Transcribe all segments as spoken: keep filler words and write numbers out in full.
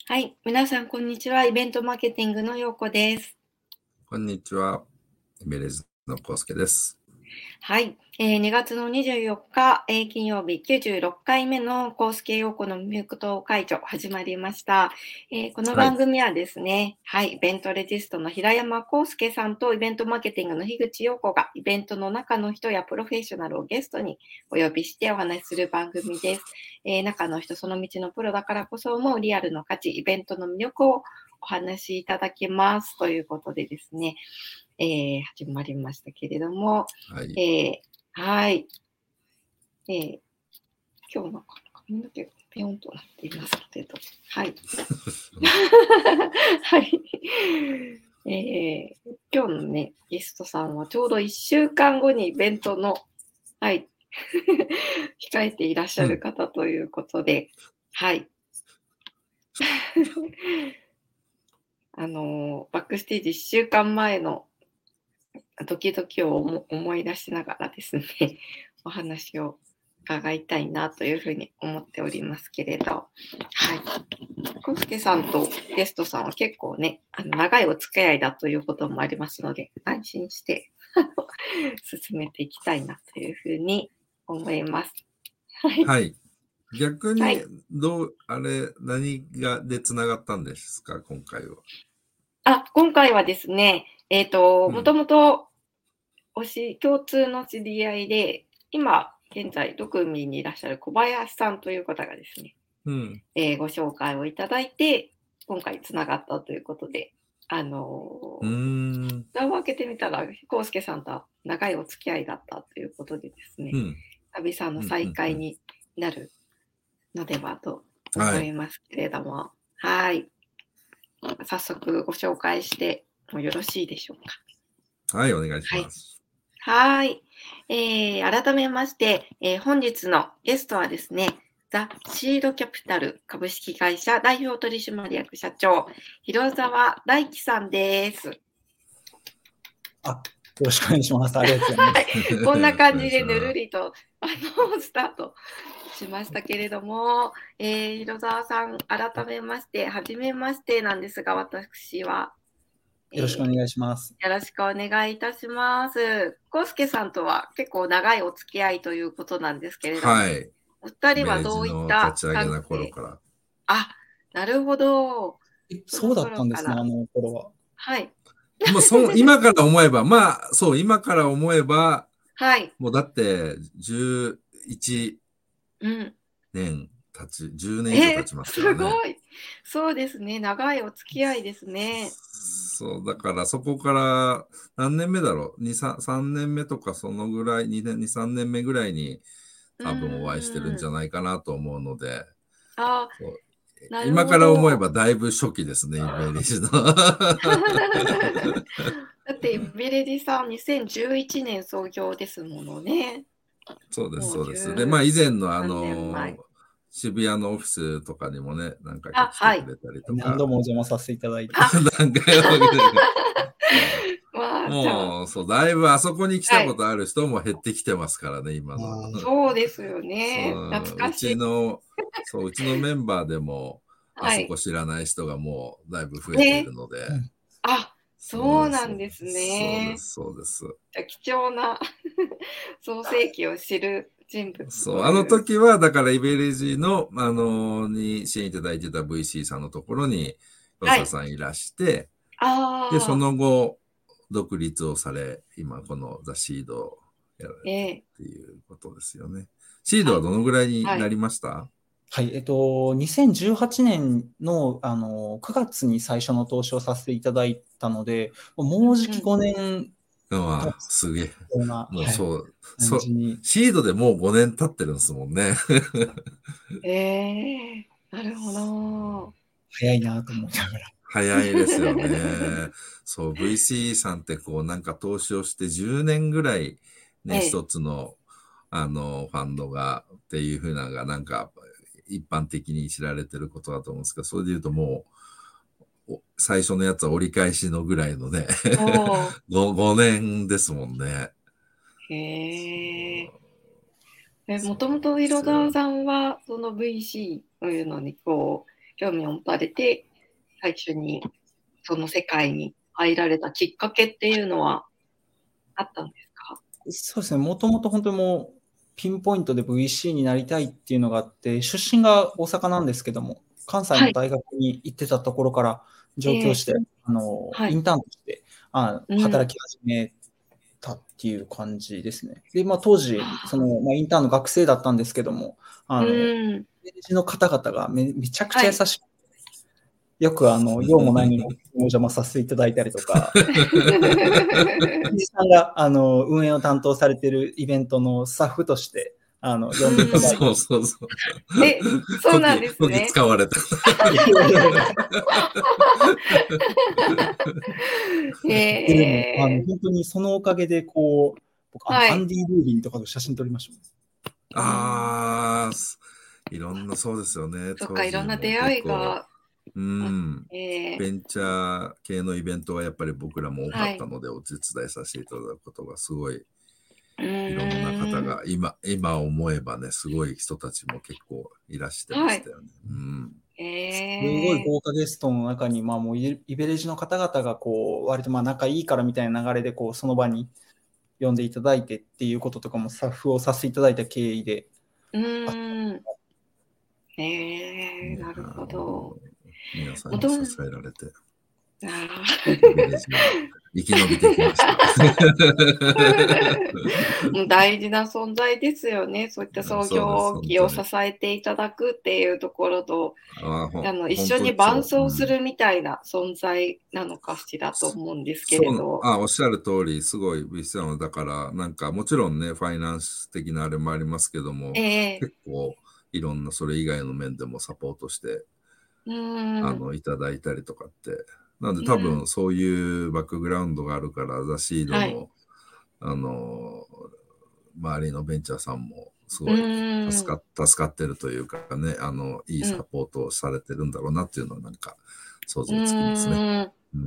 はい、皆さんこんにちは。イベントマーケティングのようこです。 こんにちは。イメレーズのコウスケです。 はい、えー、にがつのにじゅうよっか、えー、金曜日きゅうじゅうろっかいめのコウスケようこのミュークト会長始まりました、えー。このはい。 番組はですね、はい、イベントレジストの平山コウスケさんとイベントマーケティングの樋口陽子がイベントの中の人やプロフェッショナルをゲストにお呼びしてお話しする番組です。えー、中の人、その道のプロだからこそ思うリアルの価値、イベントの魅力をお話しいただけますということでですね、えー、始まりましたけれども、 はい。 えーはい。えー、今日の髪の毛がペヨンとなっていますけど、はい。はい。えー、今日のね、ゲストさんはちょうどいっしゅうかんごにイベントの、はい、控えていらっしゃる方ということで、うん、はい。あのー、バックステージいっしゅうかんまえのドキドキを思い出しながらですね、お話を伺いたいなというふうに思っておりますけれど、はい。コウスケさんとゲストさんは結構ね、あの長いお付き合いだということもありますので、安心して進めていきたいなというふうに思います。はい。 はい。逆に、 はい。 どう、あれ、何がでつながったんですか、今回は。 あ、今回はですね、えっ、ー、と、もとうん。 もと推し、共通の知り合いで、今、現在、ドクミにいらっしゃる小林さんという方がですね、 うん。 えー、ご紹介をいただいて、今回つながったということで、あのうーん。 蓋を開けてみたら、コウスケさんと長いお付き合いだったということでですね、 うん。 久々のうん。うん。うん。 再会になるのではと思はい。 いますけれども、はい。早速ご紹介してもよろしいでしょうか。 はい、お願いしはい。 ます。 はい。えー、改めまして、えー、本日のゲストはですね、ザ・シードキャピタル株式会社代表取締役社長、広澤大樹さんです。 あ、よろしくお願いします。ありがとうございます。 はい、こんな感じでぬるりとあのスタートしましたけれども、えー、広澤さん、改めまして、はじめましてなんですが、私は、えよろしくおー、 願いします。 よろしくお願いいたします。コウスケさんとは結構長いお付き合いということなんですけれども、 はい。 お二人イメーはどういっジの立たち上げな頃関係？ から。 あ、なるほど。 え、 そのそうだったんですね、あ頃から。 の頃は。 はい。 もうその、今から思えば、まあ、そう、今から思えば、 はい。 もうだって、じゅういちうん。 ねん経ち、じゅうねん以上経え、 ちますからね。 すごい。そうですね。長いお付き合いですね。 そう、だからそこから何年目だろう ?に、さん、さんねんめとかそのぐらい、にねん、に、さんねんめぐらいにう多分お会いしてるんーん。 じゃないかなと思うので、 あ、 そう、 なるほ今から思えど。 ばだいぶ初期ですね、イメージの。 だって、ベレディさんにせんじゅういちねん創業ですものね。 そうです、 もうそうです。で、まあ 13 以前のあ年前。 の、渋谷のオフィスとかにもね、何回かあ、 来てはい。 くれたりとか、 何度もお邪魔させていただいて。 あ、 何回も来てそうまあ、じゃあ、 もう、そう、だいぶあそこに来たはい。 ことある人も減ってきてますからね、今の。 あそうですよそね。懐う、うかしい。 ちの、そう、うちのメンバーでも、あはい。 そこ知らない人がもうだいぶ増えていね。 るので、 うん、 あ、そうそうです、 なんですね。 そうです、そうです。 じゃあ貴重な創世記を知る人物そう、あのという。 時は、だからイベレジの、あのに支援いただいてた ブイシー さんのところに、ロはい。 サさんいらして、で、そああ、 の後、独立をされ、今このザ・シードをやられてるええ、 っていうことですよね。シードはあ、 どのぐらいになはい。 りました？ はい、えっと、にせんじゅうはちねんの、あの、くがつに最初の投資をさせていただいたので、もうじきうんうん。 ごねん経ああ、 つすげえ。 ような、はい、 もうそう、そ、 感じに。 シードでもうごねん経ってるんですもんね。 ええ、なるほど。 早いなと思いながら。 早いですよね。そう、ブイシー さんってこうなんか投資をしてじゅうねんぐらいね、 ええ、 一つのあのファンドがっていう風なのがなんか一般的に知られてることだと思うんですけど、それで言うともうお最初のやつは折り返しのぐらいのね、 おお、 ご、ごねんですもんね。 へえ。え、もともそうなんでと色すよ。 沢さんは、その ブイシー というのに、こう、 興味を持たれて、最初にその世界に入られたきっかけっていうのはあったんですか？ そうですね、もともと本当にもうピンポイントで ブイシー になりたいっていうのがあって、出身が大阪なんですけども、関西の大学に行ってたところから上京して、 えーあのはい、 インターンとしてあうん、 働き始めたっていう感じですね。で、まあ、当時、そのまあ、インターンの学生だったんですけども、あうの、 ん、 政治の方々がめめちゃくちゃはい。 優しく、よくあの用もないのにお邪魔させていただいたりとか、藤井さんがあの運営を担当されているイベントのスタッフとしてあの呼んでいただいて、 そうそうそう。 え、そうなんです時、時ね。 使われた。 でもあのへえ、 本当にそのおかげでこう、僕あのはい。 アンディ・ルービンとかと写真撮りました。 ああ、いろんな、そうですよね。 そっか、いろ当時もんな出会い結構、 がうあっん、 て、 ベンチャー系のイベントはやっぱり僕らも多かはい。 ったので、お手伝いさせていただくことがすごい、 ういろんな方ーん。 が、今、今思えばね、すごい人たちも結構いらしてまはい。 したよね。うん。 すごいええ、 豪華ゲストの中に、まあ、もうイイベレージの方々がこう割とまあ仲いいからみたいな流れでこうその場に呼んでいただいてっていうこととかもスタッフをさせていただいた経緯で、 うあ、 ーん。ええ、 いやなるほーもど。 う、皆さんに支もともえられて、 あイベレージは生き延びてきました。 ーもう大事な存在ですよね。そういった創そうです、 業本当に。 期を支えていただくっていうところと、 あーほんあの、一本緒に伴当にそう。うん、 走するみたいな存在なのかしらと思うんですけそう、 れど。 あ、おっしゃる通り、すごい、ビスなのだから、なんか、もちろんね、ファイナンス的なあれもありますけども、 ええ、 結構、いろんなそれ以外の面でもサポートして、 うーん、 あの、いただいたりとかって。なんで多うん、 分、そういうバックグラウンドがあるから、ザ・シードはい。 の、あの、周りのベンチャーさんも、すうごいーん、 助かっ、助かってるというかね、あの、いいうん、 サポートをされてるんだろうなっていうのは、なんか、想う像つきますね。 ーん。 うん。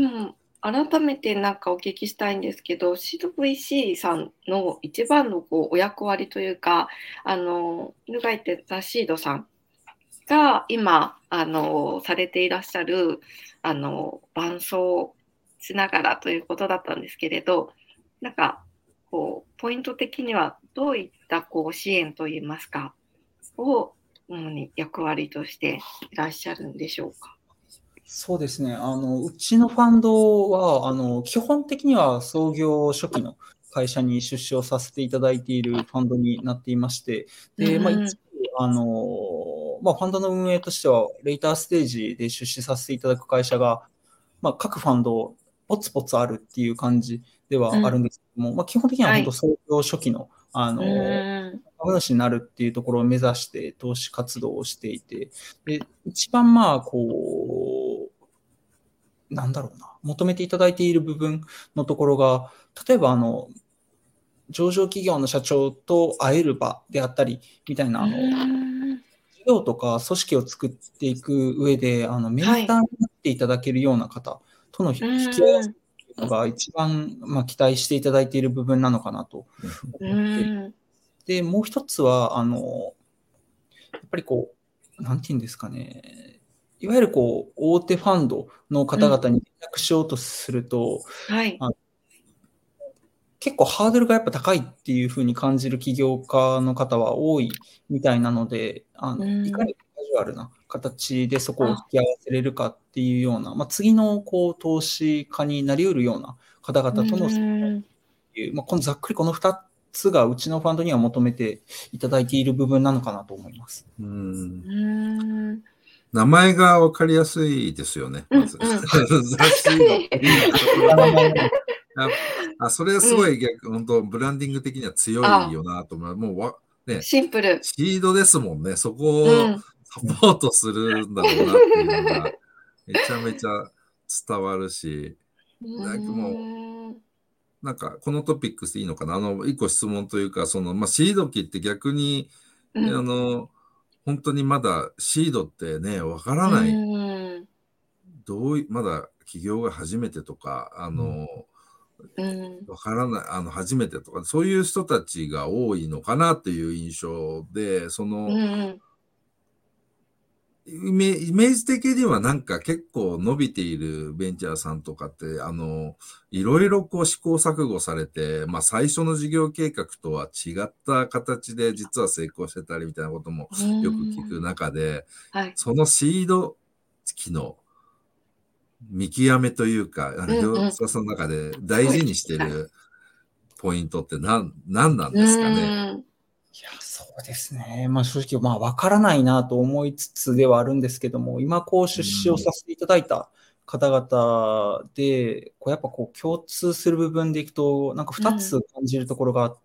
でも、改めてなんかお聞きしたいんですけど、シード ブイシー さんの一番のこうお役割というか、あの、翻ってザ・シードさんが今、あの、されていらっしゃる、あの、伴走しながらということだったんですけれど、なんか、こう、ポイント的にはどういったこう支援といいますか、を主に役割としていらっしゃるんでしょうか。 そうですね。あの、うちのファンドは、あの、基本的には創業初期の会社に出資をさせていただいているファンドになっていまして、 うで、まあ、 ん、 一部、あの、まあ、ファンドの運営としては、レイターステージで出資させていただく会社が、まあ、各ファンド、ポツポツあるっていう感じでうん、 はあるんですけども、まあ、基本的にははい。 本当創業初期の、あうの、 ーん、 株主になるっていうところを目指して投資活動をしていて、で、一番まあ、こう、なんだろうな、求めていただいている部分のところが、例えばあの、上場企業の社長と会える場であったり、みたいな、 うあの、 ーん、 事業とか組織を作っていく上で、あの、メはい。 ンターになっていただけるような方とのう引き合わーん、 せというのが一番、まあ、期待していただいている部分なのかなとう思っていーん、 て、もう一つは、あの、やっぱりこう、なんていうんですかね、いわゆるこう、大手ファンドのうん、 方々に連絡しようとすると、 はい。 あ結構ハードルがやっぱ高いっていうふうに感じる起業家の方は多いみたいなので、あうのいかーん、 にカジュアルな形でそこを引あ、 き合わせれるかっていうような、まあ、次のこう投資家になり得るような方う 々との接点ーん、 っていう、まあ、このざっくりこのふたつがうちのファンドには求めていただいている部分なのかなと思います。 ううん。 ーん、 名前がわかりやすいですよね、 うん、 まず。 うん。 ザ・確かシードっていうところ名が。 前のあ、あそれはすうん。 ごい逆、本当ブランディング的には強いあ、 よなと思う。もうわ、ね、 シンプル。 シードですもんね。そうこをん。 サポートするんだろうなっていうのが、めちゃめちゃ伝わるし、 うなんかもーん。 う、なんかこのトピックスでいいのかな。あの、一個質問というか、その、まあ、シード機って逆に、あうん。 の、本当にまだシードってね、わかうらない。 ーん。 どうい、まだ起業が初めてとか、あの、 うん。 わからない、あの、初めてとか、そういう人たちが多いのかなっていう印象で、その、 うん。 イメイメージ的にはなんか結構伸びているベンチャーさんとかって、あの、いろいろこう試行錯誤されて、まあ最初の事業計画とは違った形で実は成功してたりみたいなこともよく聞く中で、 はい。 そのシード期の見極めというか、あの、 うんうん表札の中で大事にしてるポイントって何、何なんですかね。 うーん。 いや、そうですね。まあ正直、まあわからないなと思いつつではあるんですけども、今こう出資をさせていただいた方々で、こうやっぱこう共通する部分でいくと、なんか二つ感じるところがあって、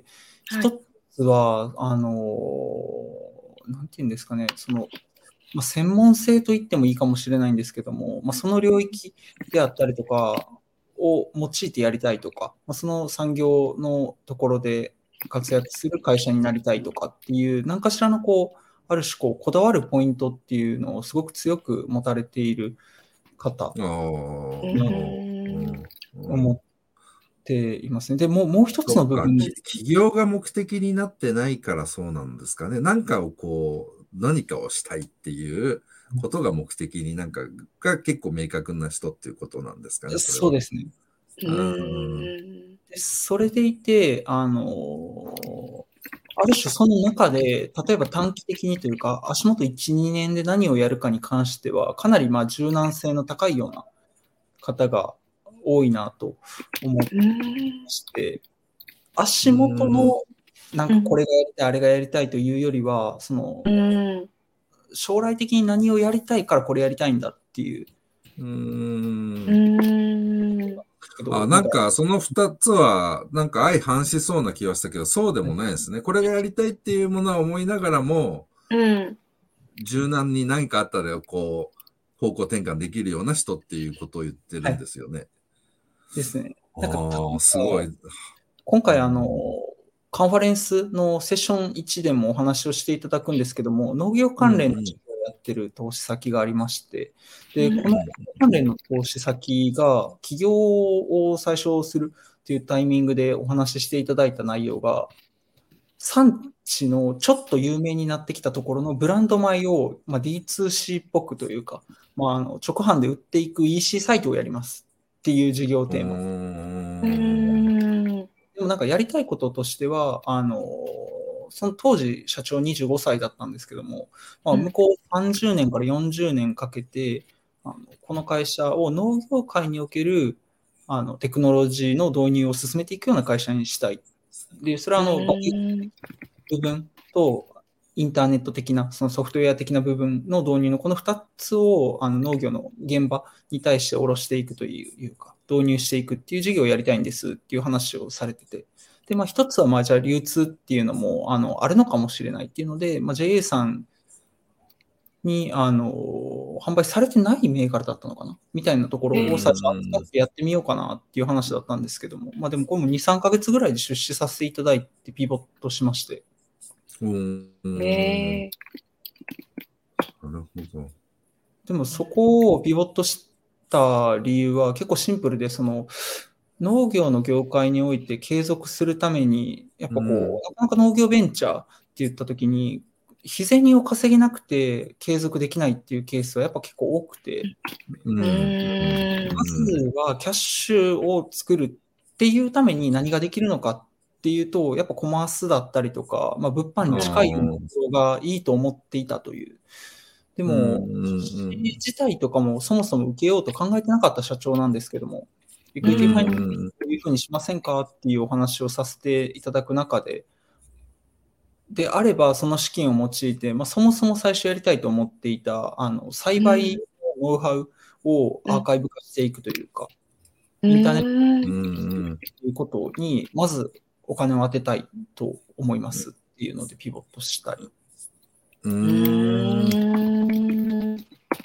一、 はい。 つは、あの、なんていうんですかね、その、まあ、専門性と言ってもいいかもしれないんですけども、まあ、その領域であったりとかを用いてやりたいとか、まあ、その産業のところで活躍する会社になりたいとかっていう、何かしらのこう、ある種こう、こだわるポイントっていうのをすごく強く持たれている方ああ、 うのーん。 思っていますね。で、もう、もう一つの部分で、 そっか、き企業が目的になってないからそうなんですかね。何かをこう、何かをしたいっていうことが目的になんか、が結構明確な人っていうことなんですかね、それは。 そうですね。 うーん。 でそれでいて、あの、ある種その中で、例えば短期的にというか、足元いち、にねんで何をやるかに関しては、かなりまあ柔軟性の高いような方が多いなと思いうーん。 まして、足う元のん。 なんかこれがやりたい、あれがやりたいというよりは、そのうーん。 将来的に何をやりたいからこれやりたいんだっていうううーん。 ーん。 けあ、 ど、 なんかその二つは、なんか相反しそうな気はしたけど、そうでもないですね。これがやりたいっていうものは思いながらも、 うん。 柔軟に何かあったらこう、方向転換できるような人っていうことを言ってるんはい、 ですよね。 ですね。なんか例ああ、 えすごい。 ば今回あの、 うん。 カンファレンスのセッションいちでもお話をしていただくんですけども、農業うん関連の事業をやってる投資先がありまして、で、 うんこの関連の投資先が起業を最初するっていうタイミングでお話ししていただいた内容が、産地のちょっと有名になってきたところのブランド米を、まあ、ディーツーシー っぽくというか、まあ、あの直販で売っていく イーシー サイトをやりますっていう事業うテーマ。 うーん。 ーん。 でもなんかやりたいこととしては、あの、その当時社長にじゅうごさいだったんですけども、まあ、向こうさんじゅうねんからよんじゅうねんかけて、あのこの会社を農業界におけるあのテクノロジーの導入を進めていくような会社にしたい。で、それはあの、バリュー部分とインターネット的な、そのソフトウェア的な部分の導入のこのふたつをあの農業の現場に対して下ろしていくというか、導入していくっていう事業をやりたいんですっていう話をされてて、で、まあ一つはまあじゃあ流通っていうのもあのあるのかもしれないっていうので、まあ、ジェーエー さんにあの販売されてない銘柄だったのかなみたいなところを最初扱ってやってみようかなっていう話だったんですけども、まあでもこれもに、さんかげつぐらいで出資させていただいてピボットしまして、 うん。 ねえ。 なるほど。 でもそこをピボットした理由は結構シンプルで、その農業の業界において継続するために、やっぱこう、 うんなかなか農業ベンチャーって言ったときに、日銭を稼げなくて継続できないっていうケースはやっぱ結構多くて、 うん。 うーん。 まずはキャッシュを作るっていうために何ができるのかっていうと、やっぱコマースだったりとか、まあ、物販に近いようなところがいいと思っていたという。でも、自体とかもそもそも受けようと考えてなかった社長なんですけども、エクイティファイナンスこういうふうにしませんかっていうお話をさせていただく中で、であればその資金を用いて、まあ、そもそも最初やりたいと思っていたあの栽培のノウハウをアーカイブ化していくというか、インターネットということにまずお金を当てたいと思いますっていうのでピボットしたり。 うーん。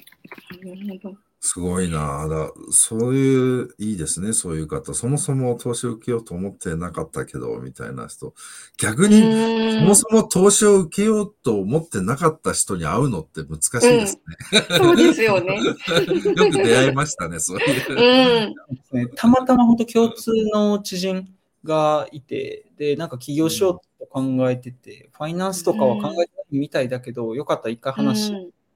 すごいなだ。そういう、いいですね、そういう方。そもそも投資を受けようと思ってなかったけど、みたいな人。逆に、そもそも投資を受けようと思ってなかった人に会うのって難しいですね。 うん、そうですよね。 よく出会いましたね、そういう。 うん、 たまたま本当共通の知人がいて、で、なんか起業しようと考えてて、ファイナンスとかは考えてないみたいだけど、よかったら一回話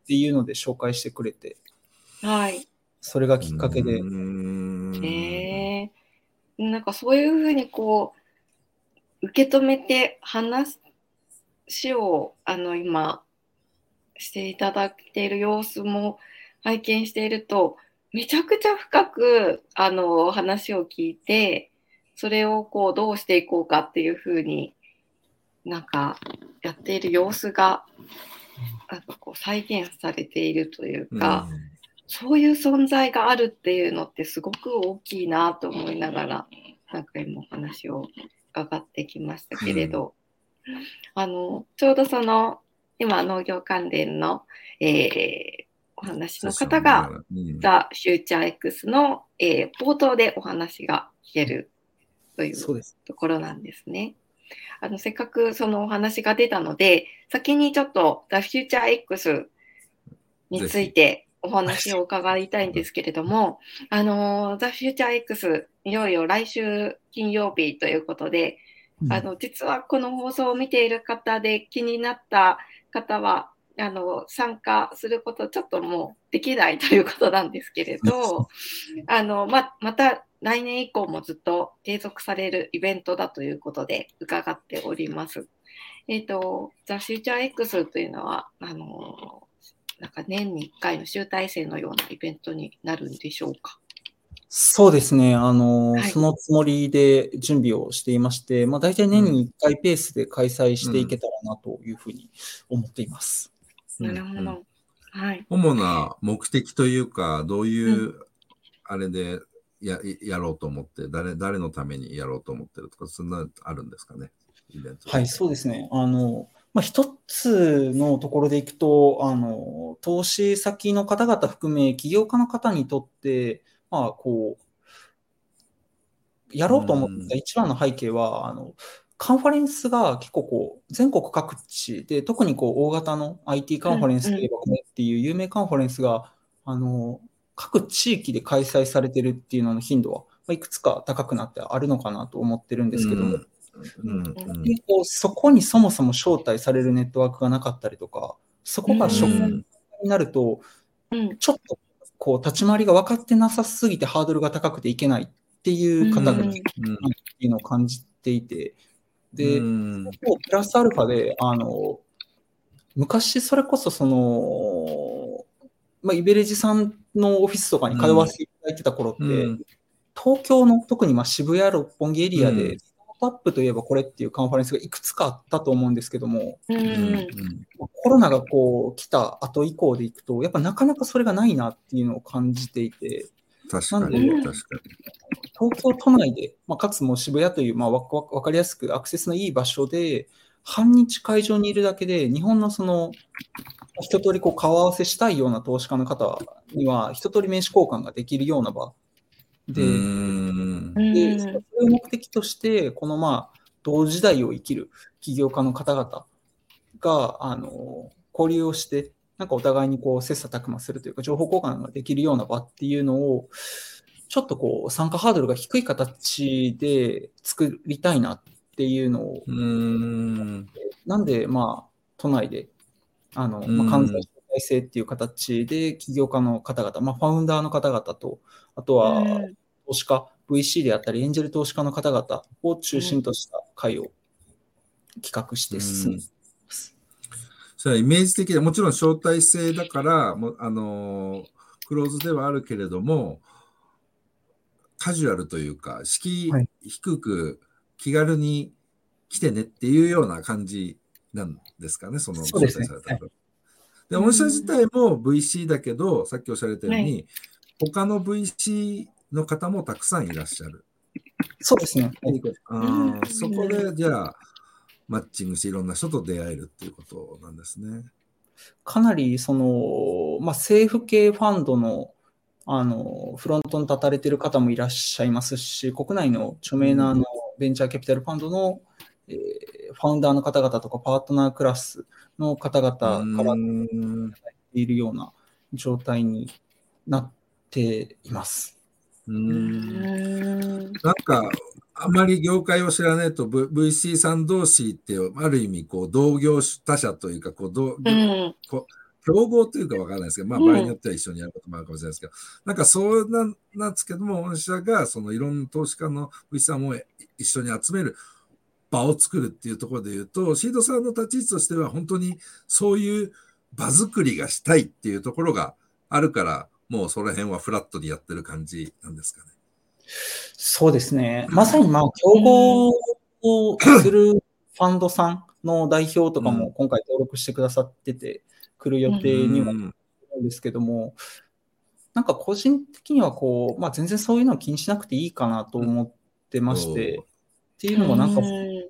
っていうので紹介してくれて、 はい。 それがきっかけで。 うーんえー、なんかそういうふうにこう、受け止めて話を、あの、今、していただいている様子も拝見していると、めちゃくちゃ深く、あの、話を聞いて、それをこう、どうしていこうかっていうふうになんか、やっている様子が、なんかこう、再現されているというか、 うんそういう存在があるっていうのってすごく大きいなと思いながら、何回もお話を伺ってきましたけれど、うん、あの、ちょうどその、今、農業関連の、えー、お話の方が、うん、ザ・フューチャー X の、えー、冒頭でお話が聞けるというところなんですね。あの、せっかくそのお話が出たので、先にちょっとザ・フューチャー X についてお話を伺いたいんですけれども、あの、ザ・フューチャー X、いよいよ来週金曜日ということで、うん、あの、実はこの放送を見ている方で気になった方は、あの、参加することちょっともうできないということなんですけれど、あの、ま、また来年以降もずっと継続されるイベントだということで伺っております。えっと、ザ・フューチャー X というのは、あの、なんか年にいっかいの集大成のようなイベントになるんでしょうか。 そうですね。あの、はい、そのつもりで準備をしていまして、まあ、大体年にいっかいペースで開催していけたらなというふうに思っています。 うん、なるほど。はい。 主な目的というか、どういう、あれでや、やろうと思って、誰、誰のためにやろうと思ってるとか、そんなあるんですかね、イベント。 はい、そうですね。あの、まあ、一つのところでいくと、あの、投資先の方々含め、起業家の方にとって、まあ、こう、やろうと思った一番の背景は、あの、カンファレンスが結構こう、全国各地で、特にこう、大型の アイティー カンファレンスといえばこれっていう有名カンファレンスが、あの、各地域で開催されてるっていうのの頻度は、いくつか高くなってあるのかなと思ってるんですけども、うんうんうん、そこにそもそも招待されるネットワークがなかったりとか、そこが初回になると、ちょっとこう立ち回りが分かってなさすぎてハードルが高くていけないっていう方が結構いるっていうのを感じていて、で、プラスアルファで、あの、昔それこそその、まあ、イベレージさんのオフィスとかに通わせていただいてた頃って、うん、東京の特にまあ渋谷六本木エリアで、スタートアップといえばこれっていうカンファレンスがいくつかあったと思うんですけども、うんうん、コロナがこう来た後以降でいくと、やっぱなかなかそれがないなっていうのを感じていて、 確かに、確かに。 東京都内で、まあ、かつも渋谷という、まあ、わかりやすくアクセスのいい場所で、半日会場にいるだけで、日本のその、一通りこう顔合わせしたいような投資家の方には、一通り名刺交換ができるような場で、でそれを目的として、このまあ同時代を生きる起業家の方々があの交流をして、なんかお互いにこう切磋琢磨するというか、情報交換ができるような場っていうのを、ちょっとこう参加ハードルが低い形で作りたいなっていうのを、 うーんなんで、まあ、都内で、あのまあ、関西招待制っていう形で、起業家の方々、まあ、ファウンダーの方々と、あとは投資家、ブイシー であったり、エンジェル投資家の方々を中心とした会を企画して進めます。 それはイメージ的で、もちろん招待制だから、もあのクローズではあるけれども、カジュアルというか、敷居低く気軽に来てねっていうような感じなんですかね、その招待された方。で、御社自体も ブイシー だけど、さっきおっしゃられたように、はい、他の ブイシー の方もたくさんいらっしゃる。 そうですね。 あそこで、じゃあ、マッチングしていろんな人と出会えるっていうことなんですね。 かなり、その、まあ、政府系ファンドの、あの、フロントに立たれている方もいらっしゃいますし、国内の著名なあのベンチャーキャピタルファンドの、えー、ファウンダーの方々とかパートナークラスの方々からいただいているような状態になっています。 うーんなんか、あまり業界を知らないと、v、ブイシー さん同士ってある意味こう同業他社というかこう同、うん、こ競合というかわからないですけど、まあ場合によっては一緒にやることもあるかもしれないですけど、なんかそうなんなんですけども、御社がそのいろんな投資家の ブイシー さんを一緒に集める場を作るっていうところで言うと、シードさんの立ち位置としては本当にそういう場作りがしたいっていうところがあるから、もうその辺はフラットにやってる感じなんですかね。 そうですね。まさにまあ、競合をするファンドさんの代表とかも今回登録してくださってて、来る予定にはあるんですけども、なんか個人的にはこう、まあ全然そういうのを気にしなくていいかなと思ってまして、っていうのもなんか、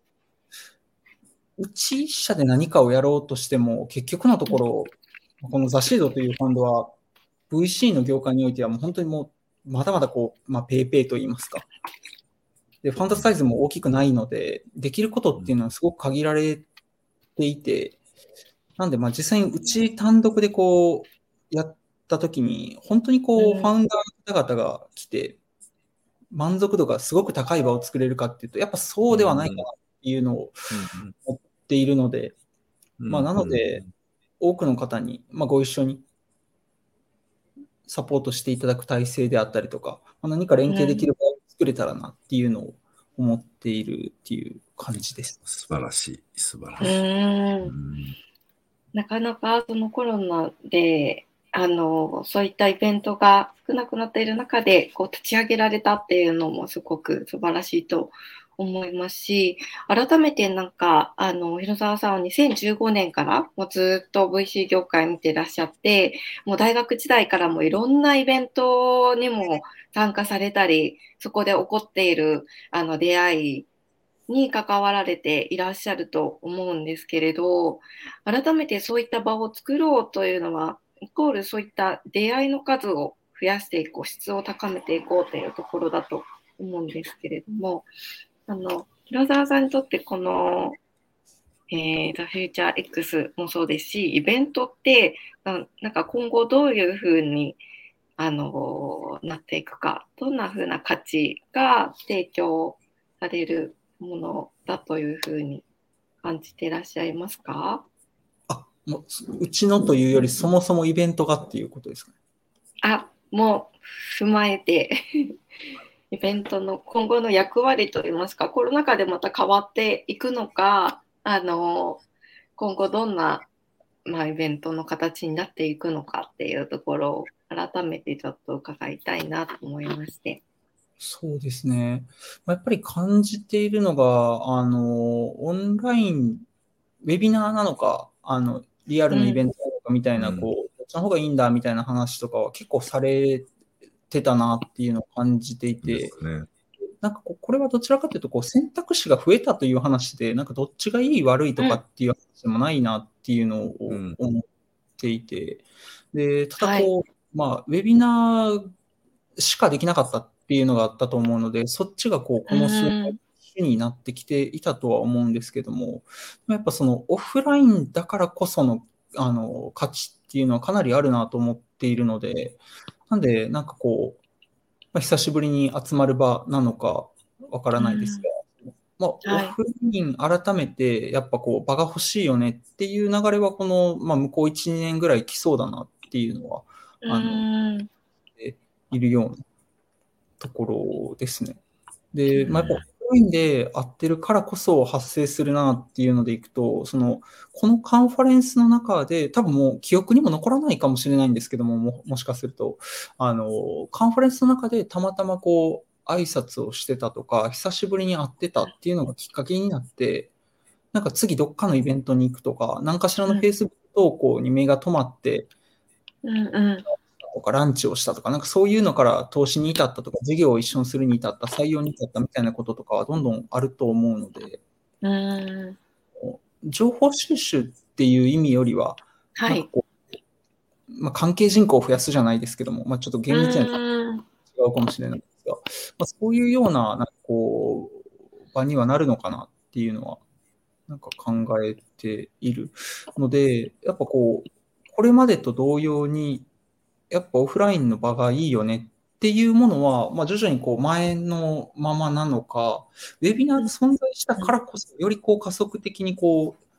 うち一社で何かをやろうとしても、結局のところ、このザシードというファンドは ブイシー の業界においてはもう本当にもう、まだまだこう、まあペイペイと言いますか。で、ファンドサイズも大きくないので、できることっていうのはすごく限られていて、なんでまあ実際にうち単独でこう、やったときに、本当にこう、ファウンダーの方々が来て、満足度がすごく高い場を作れるかっていうと、やっぱそうではないかなっていうのを思っているので、まあなので、多くの方に、まあ、ご一緒にサポートしていただく体制であったりとか、まあ、何か連携できる場を作れたらなっていうのを思っているっていう感じです。 素晴らしい、素晴らしい。うん、 なかなかそのコロナであのそういったイベントが少なくなっている中でこう立ち上げられたっていうのもすごく素晴らしいと思いますし、改めてなんかあの広澤さんはにせんじゅうごねんからもうずっと ブイシー 業界見てらっしゃって、もう大学時代からもいろんなイベントにも参加されたり、そこで起こっているあの出会いに関わられていらっしゃると思うんですけれど、改めてそういった場を作ろうというのは、イコールそういった出会いの数を増やしていこう、質を高めていこうというところだと思うんですけれども、あの広澤さんにとってこの、えー、The Future X もそうですし、イベントってな、なんか今後どういうふうにあのなっていくか、どんなふうな価値が提供されるものだというふうに感じていらっしゃいますか？ あ、もううちのというよりそもそもイベントがっていうことですかね。 あ、もう踏まえてイベントの今後の役割といいますか、コロナ禍でまた変わっていくのか、あの今後どんな、まあ、イベントの形になっていくのかっていうところを改めてちょっと伺いたいなと思いまして。 そうですね。やっぱり感じているのが、あの、オンライン、ウェビナーなのか、あの、リアルのイベントなのかみたいな、うん、こう、どっちの方がいいんだみたいな話とかは結構されてたなっていうのを感じていて、ね、なんかこうこれはどちらかというとこう選択肢が増えたという話で、なんかどっちがいい悪いとかっていう話でもないなっていうのを思っていて、で、ただこう、はい、まあ、ウェビナーしかできなかったっていうのがあったと思うので、そっちがこう、この数年になってきていたとは思うんですけども、やっぱそのオフラインだからこその、あの、価値っていうのはかなりあるなと思っているので、なんで、なんかこう、まあ、久しぶりに集まる場なのかわからないですが、うんまあ、オフライン改めてやっぱこう場が欲しいよねっていう流れはこの、まあ、向こういち、にねんぐらい来そうだなっていうのは、あの、いるようなところですね。で、まあ、やっぱオフラインで会ってるからこそ発生するなっていうのでいくと、その、このカンファレンスの中で、多分もう記憶にも残らないかもしれないんですけども、も、もしかすると、あの、カンファレンスの中でたまたまこう、挨拶をしてたとか、久しぶりに会ってたっていうのがきっかけになって、なんか次どっかのイベントに行くとか、何かしらの Facebook 投稿に目が止まって、 うんうんとかランチをしたとか、なんかそういうのから投資に至ったとか、事業を一緒にするに至った、採用に至ったみたいなこととかはどんどんあると思うので、 うん情報収集っていう意味よりは、 はい、 まあ、関係人口を増やすじゃないですけども、まあ、ちょっと厳密には違うかもしれないですが、まあ、そういうような、なんかこう、場にはなるのかなっていうのは、なんか考えているので、やっぱこう、これまでと同様に、やっぱオフラインの場がいいよねっていうものは、まあ、徐々にこう前のままなのか、ウェビナーが存在したからこそ、よりこう加速的にこう、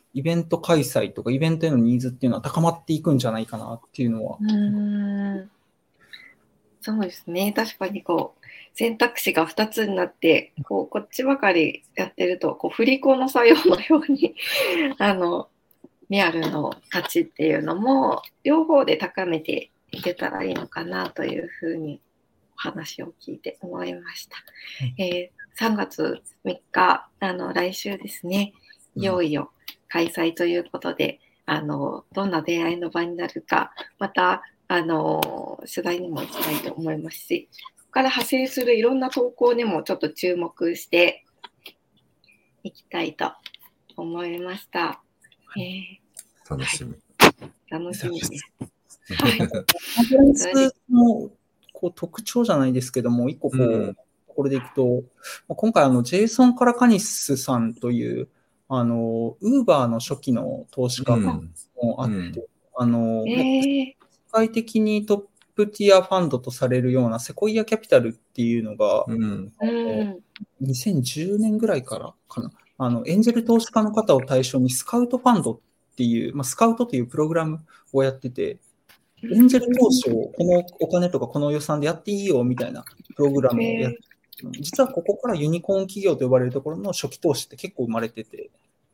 イベント開催とかイベントへのニーズっていうのは高まっていくんじゃないかなっていうのは。 うーんそうですね。確かにこう選択肢がふたつになってこうこっちばかりやってるとこう振り子の作用のようにあのリアルの価値っていうのも両方で高めていけたらいいのかなというふうにお話を聞いて思いました。えー、さんがつみっかあの来週ですね、いよいよ開催ということで、あのどんな出会いの場になるか、またあの取材にも行きたいと思いますし、そこから派生するいろんな投稿にもちょっと注目していきたいと思いました。えー、 楽しみ。 楽しみです。はい。 コンファレンスのこう特徴じゃないですけども、一個こう、 うんこれでいくと、今回あのジェイソン・カラカニスさんというあのウーバーの初期の投資家もあって、うん、あの、えー、世界的にトップティアファンドとされるようなセコイアキャピタルっていうのが、うん、にせんじゅうねんぐらいからかな、あのエンジェル投資家の方を対象にスカウトファンドっていう、まあ、スカウトというプログラムをやってて、エンジェル投資をこのお金とかこの予算でやっていいよみたいなプログラムをやって、実はここからユニコーン企業と呼ばれるところの初期投資って結構生まれてて、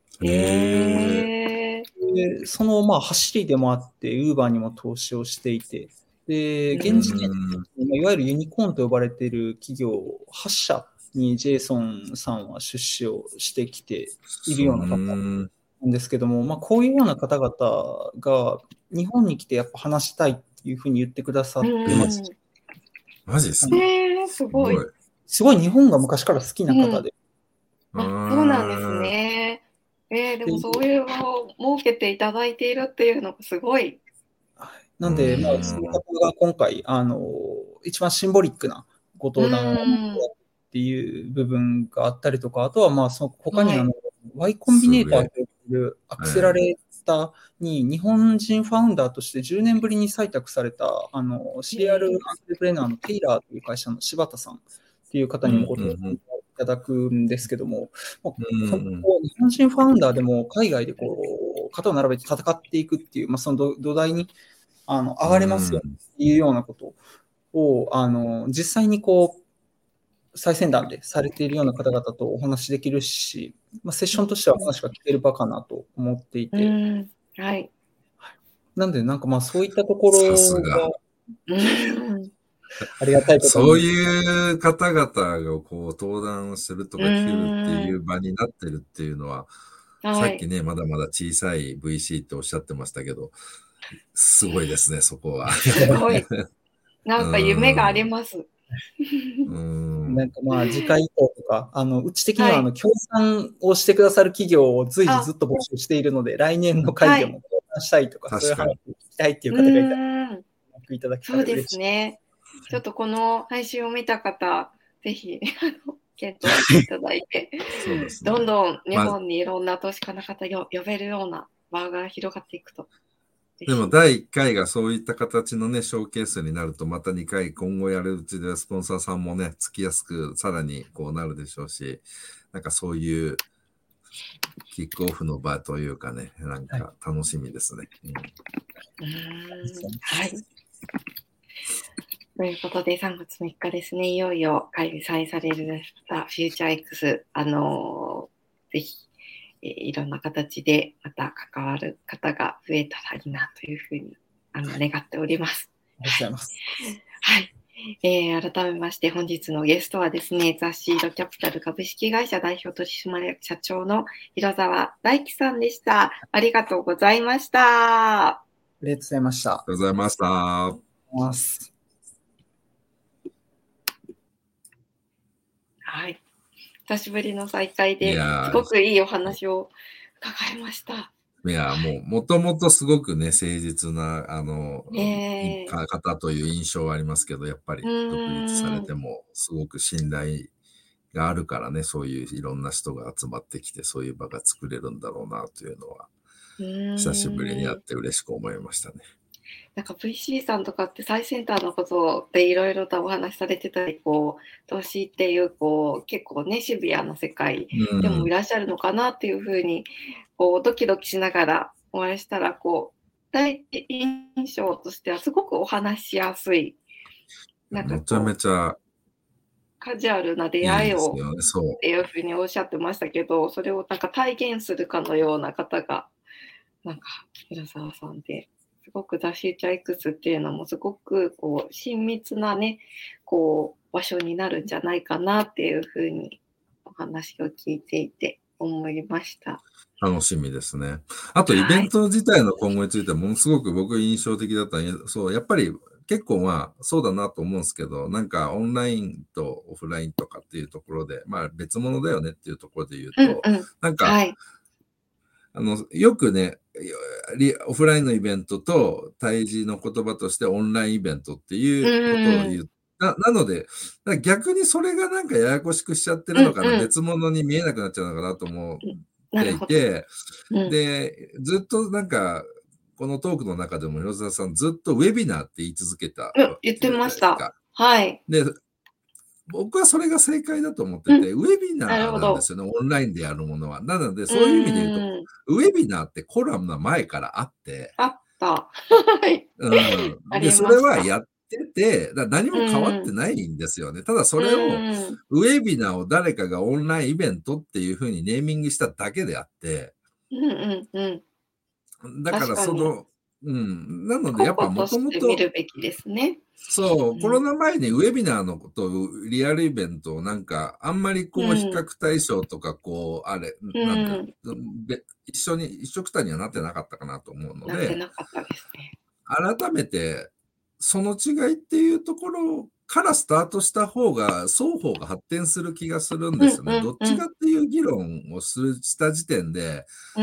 へでそのまあ走りでもあって、ウーバーにも投資をしていて、で現時点でいわゆるユニコーンと呼ばれている企業はっしゃにジェイソンさんは出資をしてきているような方なんですけども、まあ、こういうような方々が日本に来てやっぱ話したいっていうふうに言ってくださってます。 マジですか？ えー、すごい。 すごい日本が昔から好きな方で。 うん、あ、そうなんですね。えー、でもそういう場を設けていただいているっていうのがすごい。 なんで、まあ、その方が今回、あの、一番シンボリックなご登壇っていう部分があったりとか、あとはまあ、その他にあの、はい、Y コンビネーターというアクセラレーターに日本人ファウンダーとしてじゅうねんぶりに採択された、あの、シリアルアントレプレナーのテイラーという会社の柴田さんっていう方にもご登壇いただくんですけども、まあ、日本人ファウンダーでも海外でこう、肩を並べて戦っていくっていう、まあ、その土台にあの上がれますよっていうようなことを、あの実際にこう最先端でされているような方々とお話しできるし、まあ、セッションとしては話が聞ける場かなと思っていて、 うんはい、 なんでなんかまあそういったところがさすがありがたいことそういう方々がこう登壇するとか聞るっていう場になってるっていうのは、さっきね、まだまだ小さい ブイシー っておっしゃってましたけど、すごいですね、そこは。 すごい。なんか夢があります。 うんなんかまあ次回以降とか、あのうち的にはあの協賛をしてくださる企業を随時ずっと募集しているので、来年の会でも登壇したいとか、はい、そういう話を聞きたいっていう方がいたら、いただきたい。 そうですね。ちょっとこの配信を見た方、ぜひあの検討していただいて、そうですね、どんどん日本にいろんな投資家の方を呼べるような場が広がっていくと。 でもだいいっかいがそういった形のね、ショーケースになると、またにかい今後やるうちでスポンサーさんもね、つきやすくさらにこうなるでしょうし、なんかそういうキックオフの場というかね、なんか楽しみですね。 はい。うんうんはいということで、さんがつみっかですね、いよいよ開催されるフューチャー X、あのー、ぜひ、えー、いろんな形でまた関わる方が増えたらいいなというふうにあの願っております。 ありがとうございます。 はい。えー、改めまして本日のゲストはですね、ザ・シードキャピタル株式会社代表取締役社長の広澤大樹さんでした。ありがとうございました。 ありがとうございました。 ありがとうございました。ありがとうございます。 はい。久しぶりの再会ですごくいいお話を伺いました。 いや、もう、もともとすごくね、誠実な、あの、えー、方という印象はありますけど、やっぱり独立されても、すごく信頼があるからね、そういういろんな人が集まってきて、そういう場が作れるんだろうな、というのは、久しぶりに会って嬉しく思いましたね。 なんか ブイシー さんとかって最先端のことでいろいろとお話しされてたり、こう投資っていうこう結構ねシビアな世界でもいらっしゃるのかなっていうふうにこうドキドキしながらお会いしたら、こう、第一印象としてはすごくお話しやすい、なんかめちゃめこう、 ちゃカジュアルない出い会いをですよね。そう。 っていうふうにおっしゃってましたけど、それをなんか体現するかのような方が、なんか平沢さんで、すごく雑誌チャイクスっていうのもすごくこう親密なね、こう場所になるんじゃないかなっていうふうにお話を聞いていて思いました。 楽しみですね。あと、イベはい。 ント自体の今後については、ものすごく僕印象的だったね。そう、やっぱり結構まあ、そうだなと思うんですけど、なんかオンラインとオフラインとかっていうところで、まあ別物だよねっていうところで言うと、 うんうん。 なんか、 はい。 あの、よくね、リオフラインのイベントと対峙の言葉としてオンラインイベントってういうことをん。 言う。ななので、だから逆にそれがなんかややこしくしちゃってるのかな、 うんうん。 別物に見えなくなっちゃうのかなと思うん。 ってなるほど。 いて、 うん。 で、ずっとなんか、このトークの中でも広沢さんずっとウェビナーって言い続けたうん、 わ言ってけじゃました。 ないですか。 はい。 で、僕はそれが正解だと思ってうん。 て、ウェビナーなるほど。 なんですよね、オンラインでやるものは。なので、 うそういう意味で言うと、 ーん。 ウェビナーってコロナ前からあって、 あった。はい。 うあん。で、 りそました。 れはやってて、だ何うも変わってん。 ないんですよね。ただそうれを、 ーん。 ウェビナーを誰かがオンラインイベントっていう風にネーミングしただけであって、 うんうんうん。 だから確かに。 その、うん。なので、やっぱも個々として見ともと、 るべきですね。 そう、コロうん。 ナ前にウェビナーのことを、リアルイベントをなんか、あんまりうこう、比較ん。 対象とか、こう、あれ、 うなんて、 ん。 べ一緒に、一緒くたにはなってなかったかなと思うのなってで、 なかったですね。 改めて、その違いっていうところからスタートした方が、双方が発展する気がするんうんですよね。どっうんうん。 ちかっていう議論をする、した時点で、 うん。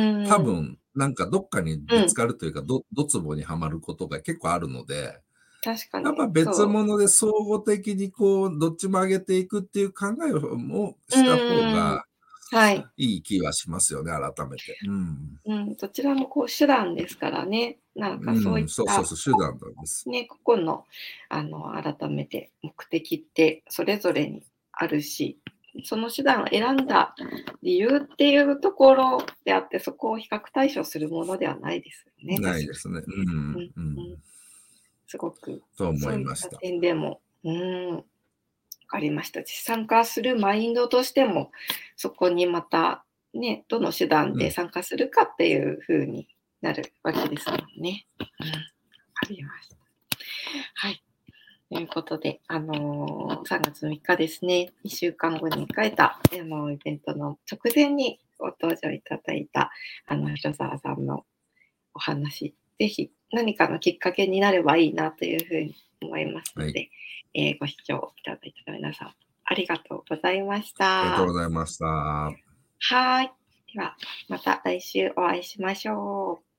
多分、なんかどっかにぶつうん。 かるというか、ど、どつぼにはまることが結構あるので、 確かに。 やっぱ別そ物で総合的にこう、どっちも上げていくっていう考えをもう。うした方ーん。 がはい。 いい気はしますよね、改めて。うん。 うん。どちらもこう手段ですからね。なんかそううん、 いったそうそうそう、手段なんです。 ね、個々の、あの、改めて目的ってそれぞれにあるし、その手段を選んだ理由っていうところであって、そこを比較対象するものではないですよね、確かないですね。うに。 ん、 うん、うん。 うん。 すごくと思そういったいました。 点でも、うーん、わかりました。参加するマインドとしても、そこにまた、ね、どの手段うん。 で参加するかっていう風になるわけですもんね。うん、わかりました。はい。ということで、あのー、さんがつみっかですね、いっしゅうかんごに控えた、あの、イベントの直前にご登場いただいた、あの、広沢さんのお話、ぜひ何かのきっかけになればいいなというふうに思いますはい。 ので、えーご視聴いただいた皆さん、ありがとうございましありがとうごた。 ざいました。 はい。では、また来週お会いしましょう。